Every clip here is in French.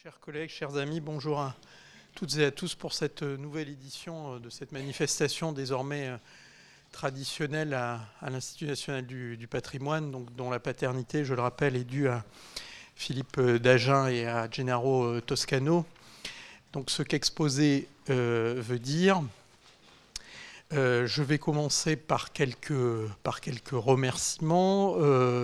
Chers collègues, chers amis, bonjour à toutes et à tous pour cette nouvelle édition de cette manifestation désormais traditionnelle à l'Institut national du patrimoine, donc, dont la paternité, je le rappelle, est due à Philippe Dagen et à Gennaro Toscano. Donc ce qu'exposer veut dire. Je vais commencer par quelques remerciements.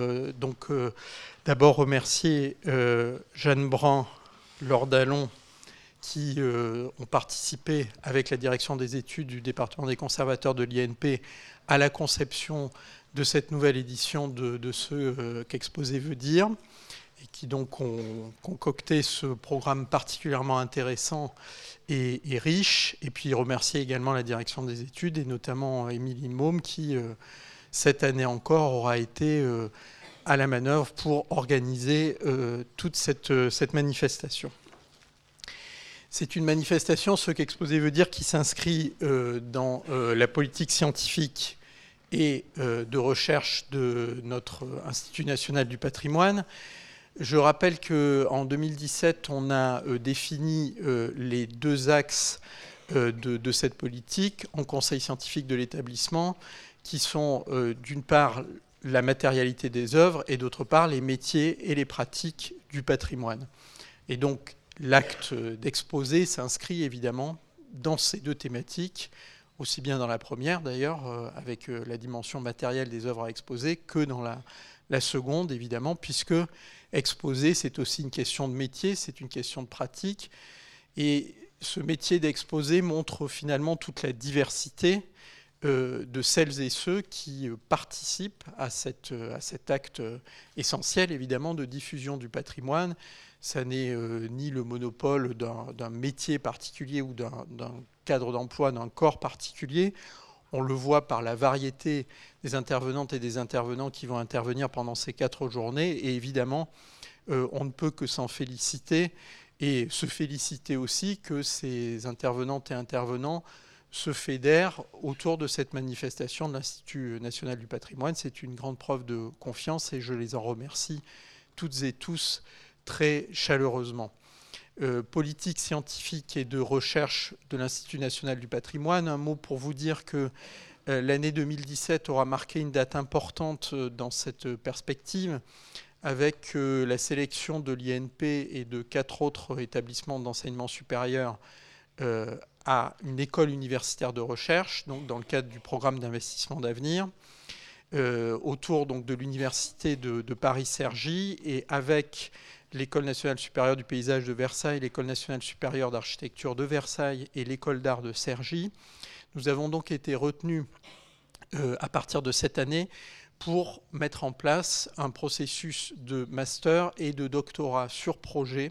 D'abord remercier Jeanne Brun, Laure Dallon, qui ont participé avec la direction des études du département des conservateurs de l'INP à la conception de cette nouvelle édition de ce qu'exposer veut dire, et qui donc ont concocté ce programme particulièrement intéressant et riche. Et puis remercier également la direction des études, et notamment Émilie Môme, qui, cette année encore, aura été à la manœuvre pour organiser toute cette manifestation. C'est une manifestation, ce qu'exposer veut dire, qui s'inscrit dans la politique scientifique et de recherche de notre Institut national du patrimoine. Je rappelle qu'en 2017, on a défini les deux axes de cette politique en conseil scientifique de l'établissement, qui sont d'une part la matérialité des œuvres et d'autre part les métiers et les pratiques du patrimoine. Et donc l'acte d'exposer s'inscrit évidemment dans ces deux thématiques, aussi bien dans la première d'ailleurs, avec la dimension matérielle des œuvres à exposer, que dans la seconde évidemment, puisque exposer c'est aussi une question de métier, c'est une question de pratique. Et ce métier d'exposer montre finalement toute la diversité de celles et ceux qui participent à cet acte essentiel, évidemment, de diffusion du patrimoine. Ça n'est ni le monopole d'un métier particulier ou d'un cadre d'emploi, d'un corps particulier. On le voit par la variété des intervenantes et des intervenants qui vont intervenir pendant ces 4 journées. Et évidemment, on ne peut que s'en féliciter et se féliciter aussi que ces intervenantes et intervenants se fédèrent autour de cette manifestation de l'Institut national du patrimoine. C'est une grande preuve de confiance et je les en remercie toutes et tous très chaleureusement. Politique scientifique et de recherche de l'Institut national du patrimoine, un mot pour vous dire que l'année 2017 aura marqué une date importante dans cette perspective, avec la sélection de l'INP et de 4 autres établissements d'enseignement supérieur à une école universitaire de recherche, donc dans le cadre du programme d'investissement d'avenir, autour donc de l'université de Paris-Cergy, et avec l'École nationale supérieure du paysage de Versailles, l'École nationale supérieure d'architecture de Versailles et l'École d'art de Cergy. Nous avons donc été retenus à partir de cette année pour mettre en place un processus de master et de doctorat sur projet.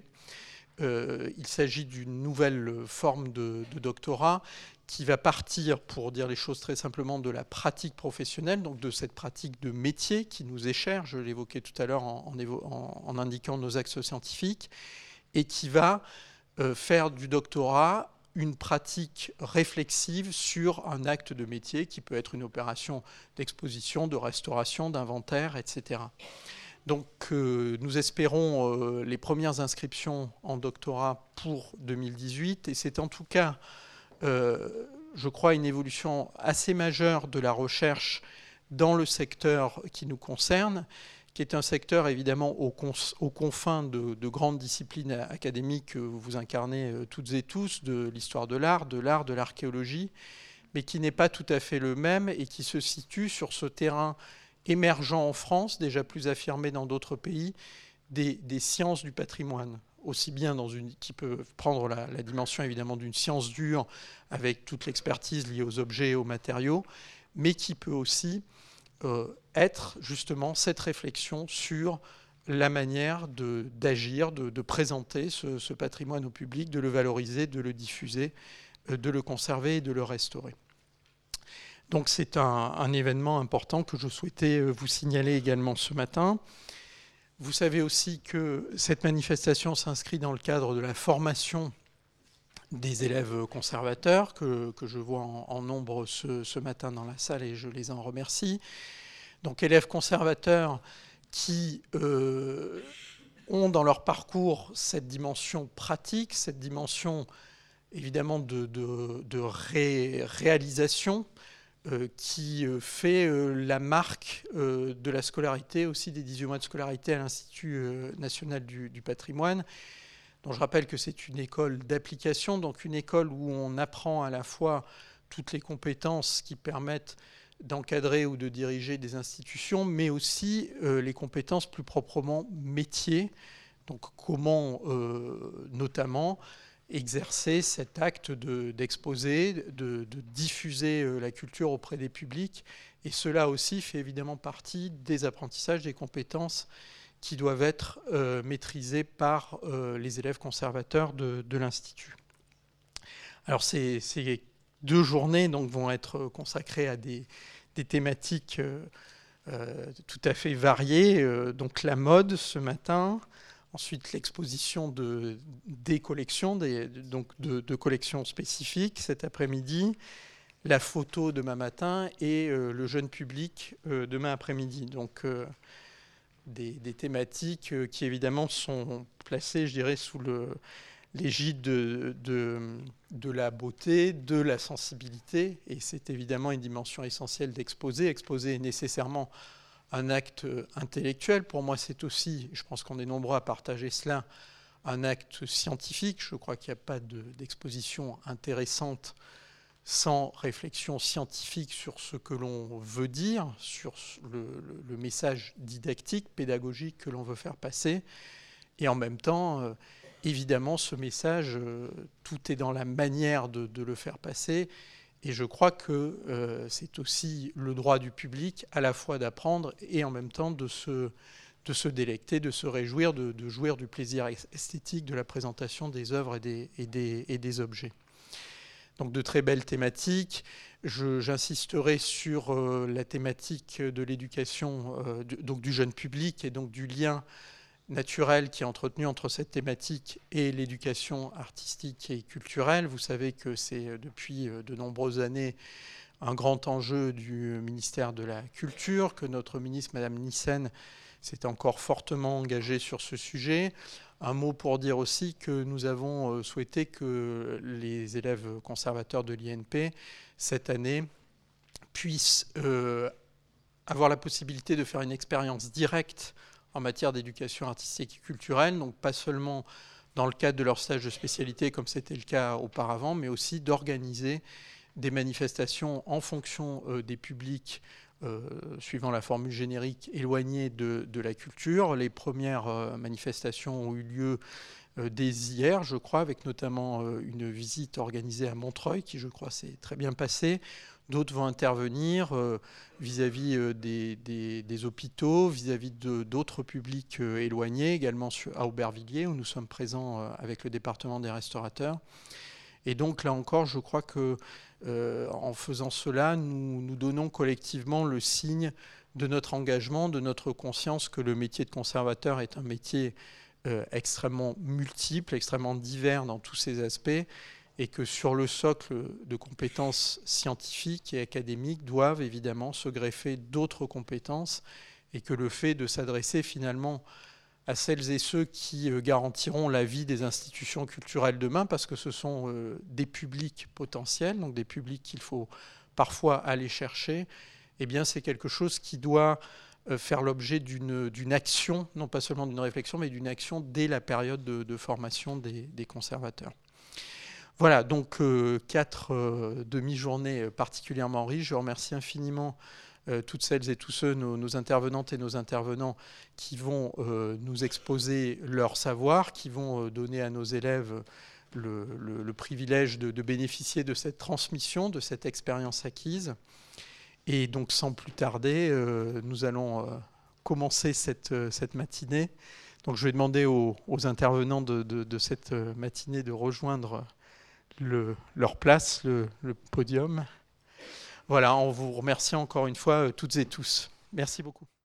Il s'agit d'une nouvelle forme de doctorat qui va partir, pour dire les choses très simplement, de la pratique professionnelle, donc de cette pratique de métier qui nous est chère, je l'évoquais tout à l'heure en indiquant nos axes scientifiques, et qui va faire du doctorat une pratique réflexive sur un acte de métier qui peut être une opération d'exposition, de restauration, d'inventaire, etc. Donc nous espérons les premières inscriptions en doctorat pour 2018, et c'est en tout cas, je crois, une évolution assez majeure de la recherche dans le secteur qui nous concerne, qui est un secteur évidemment aux confins de grandes disciplines académiques que vous incarnez toutes et tous, de l'histoire de l'archéologie, mais qui n'est pas tout à fait le même et qui se situe sur ce terrain émergent en France, déjà plus affirmé dans d'autres pays, des sciences du patrimoine, aussi bien qui peut prendre la dimension évidemment d'une science dure avec toute l'expertise liée aux objets et aux matériaux, mais qui peut aussi être justement cette réflexion sur la manière d'agir, de présenter ce patrimoine au public, de le valoriser, de le diffuser, de le conserver et de le restaurer. Donc c'est un événement important que je souhaitais vous signaler également ce matin. Vous savez aussi que cette manifestation s'inscrit dans le cadre de la formation des élèves conservateurs que je vois en nombre ce matin dans la salle, et je les en remercie. Donc élèves conservateurs qui ont dans leur parcours cette dimension pratique, cette dimension évidemment de réalisation qui fait la marque de la scolarité, aussi des 18 mois de scolarité à l'Institut national du patrimoine, dont je rappelle que c'est une école d'application, donc une école où on apprend à la fois toutes les compétences qui permettent d'encadrer ou de diriger des institutions, mais aussi les compétences plus proprement métiers, donc comment notamment exercer cet acte d'exposer, de diffuser la culture auprès des publics. Et cela aussi fait évidemment partie des apprentissages, des compétences qui doivent être maîtrisées par les élèves conservateurs de l'Institut. Alors ces 2 journées donc, vont être consacrées à des thématiques tout à fait variées. Donc la mode ce matin, ensuite l'exposition des collections, donc de collections spécifiques cet après-midi, la photo demain matin et le jeune public demain après-midi. Donc des thématiques qui évidemment sont placées, je dirais, sous l'égide de la beauté, de la sensibilité, et c'est évidemment une dimension essentielle d'exposer. Exposer est nécessairement un acte intellectuel. Pour moi, c'est aussi, je pense qu'on est nombreux à partager cela, un acte scientifique. Je crois qu'il n'y a pas d'exposition intéressante sans réflexion scientifique sur ce que l'on veut dire, sur le message didactique, pédagogique que l'on veut faire passer. Et en même temps, évidemment, ce message, tout est dans la manière de le faire passer. Et je crois que c'est aussi le droit du public à la fois d'apprendre et en même temps de se délecter, de se réjouir, de jouir du plaisir esthétique de la présentation des œuvres et des objets. Donc de très belles thématiques. J'insisterai sur la thématique de l'éducation donc du jeune public et donc du lien naturel qui est entretenu entre cette thématique et l'éducation artistique et culturelle. Vous savez que c'est depuis de nombreuses années un grand enjeu du ministère de la Culture, que notre ministre, Madame Nyssen, s'est encore fortement engagée sur ce sujet. Un mot pour dire aussi que nous avons souhaité que les élèves conservateurs de l'INP, cette année, puissent avoir la possibilité de faire une expérience directe en matière d'éducation artistique et culturelle, donc pas seulement dans le cadre de leur stage de spécialité comme c'était le cas auparavant, mais aussi d'organiser des manifestations en fonction des publics suivant la formule générique éloignée de la culture. Les premières manifestations ont eu lieu dès hier, je crois, avec notamment une visite organisée à Montreuil qui, je crois, s'est très bien passée. D'autres vont intervenir vis-à-vis des hôpitaux, vis-à-vis d'autres publics éloignés, également à Aubervilliers, où nous sommes présents avec le département des restaurateurs. Et donc, là encore, je crois que en faisant cela, nous donnons collectivement le signe de notre engagement, de notre conscience que le métier de conservateur est un métier extrêmement multiple, extrêmement divers dans tous ses aspects, et que sur le socle de compétences scientifiques et académiques doivent évidemment se greffer d'autres compétences, et que le fait de s'adresser finalement à celles et ceux qui garantiront la vie des institutions culturelles demain, parce que ce sont des publics potentiels, donc des publics qu'il faut parfois aller chercher, eh bien c'est quelque chose qui doit faire l'objet d'une action, non pas seulement d'une réflexion, mais d'une action dès la période de formation des conservateurs. Voilà, donc 4 demi-journées particulièrement riches. Je remercie infiniment toutes celles et tous ceux, nos intervenantes et nos intervenants qui vont nous exposer leur savoir, qui vont donner à nos élèves le privilège de bénéficier de cette transmission, de cette expérience acquise. Et donc sans plus tarder, nous allons commencer cette matinée. Donc je vais demander aux intervenants de cette matinée de rejoindre leur place, le podium. Voilà, on vous remercie encore une fois toutes et tous. Merci beaucoup.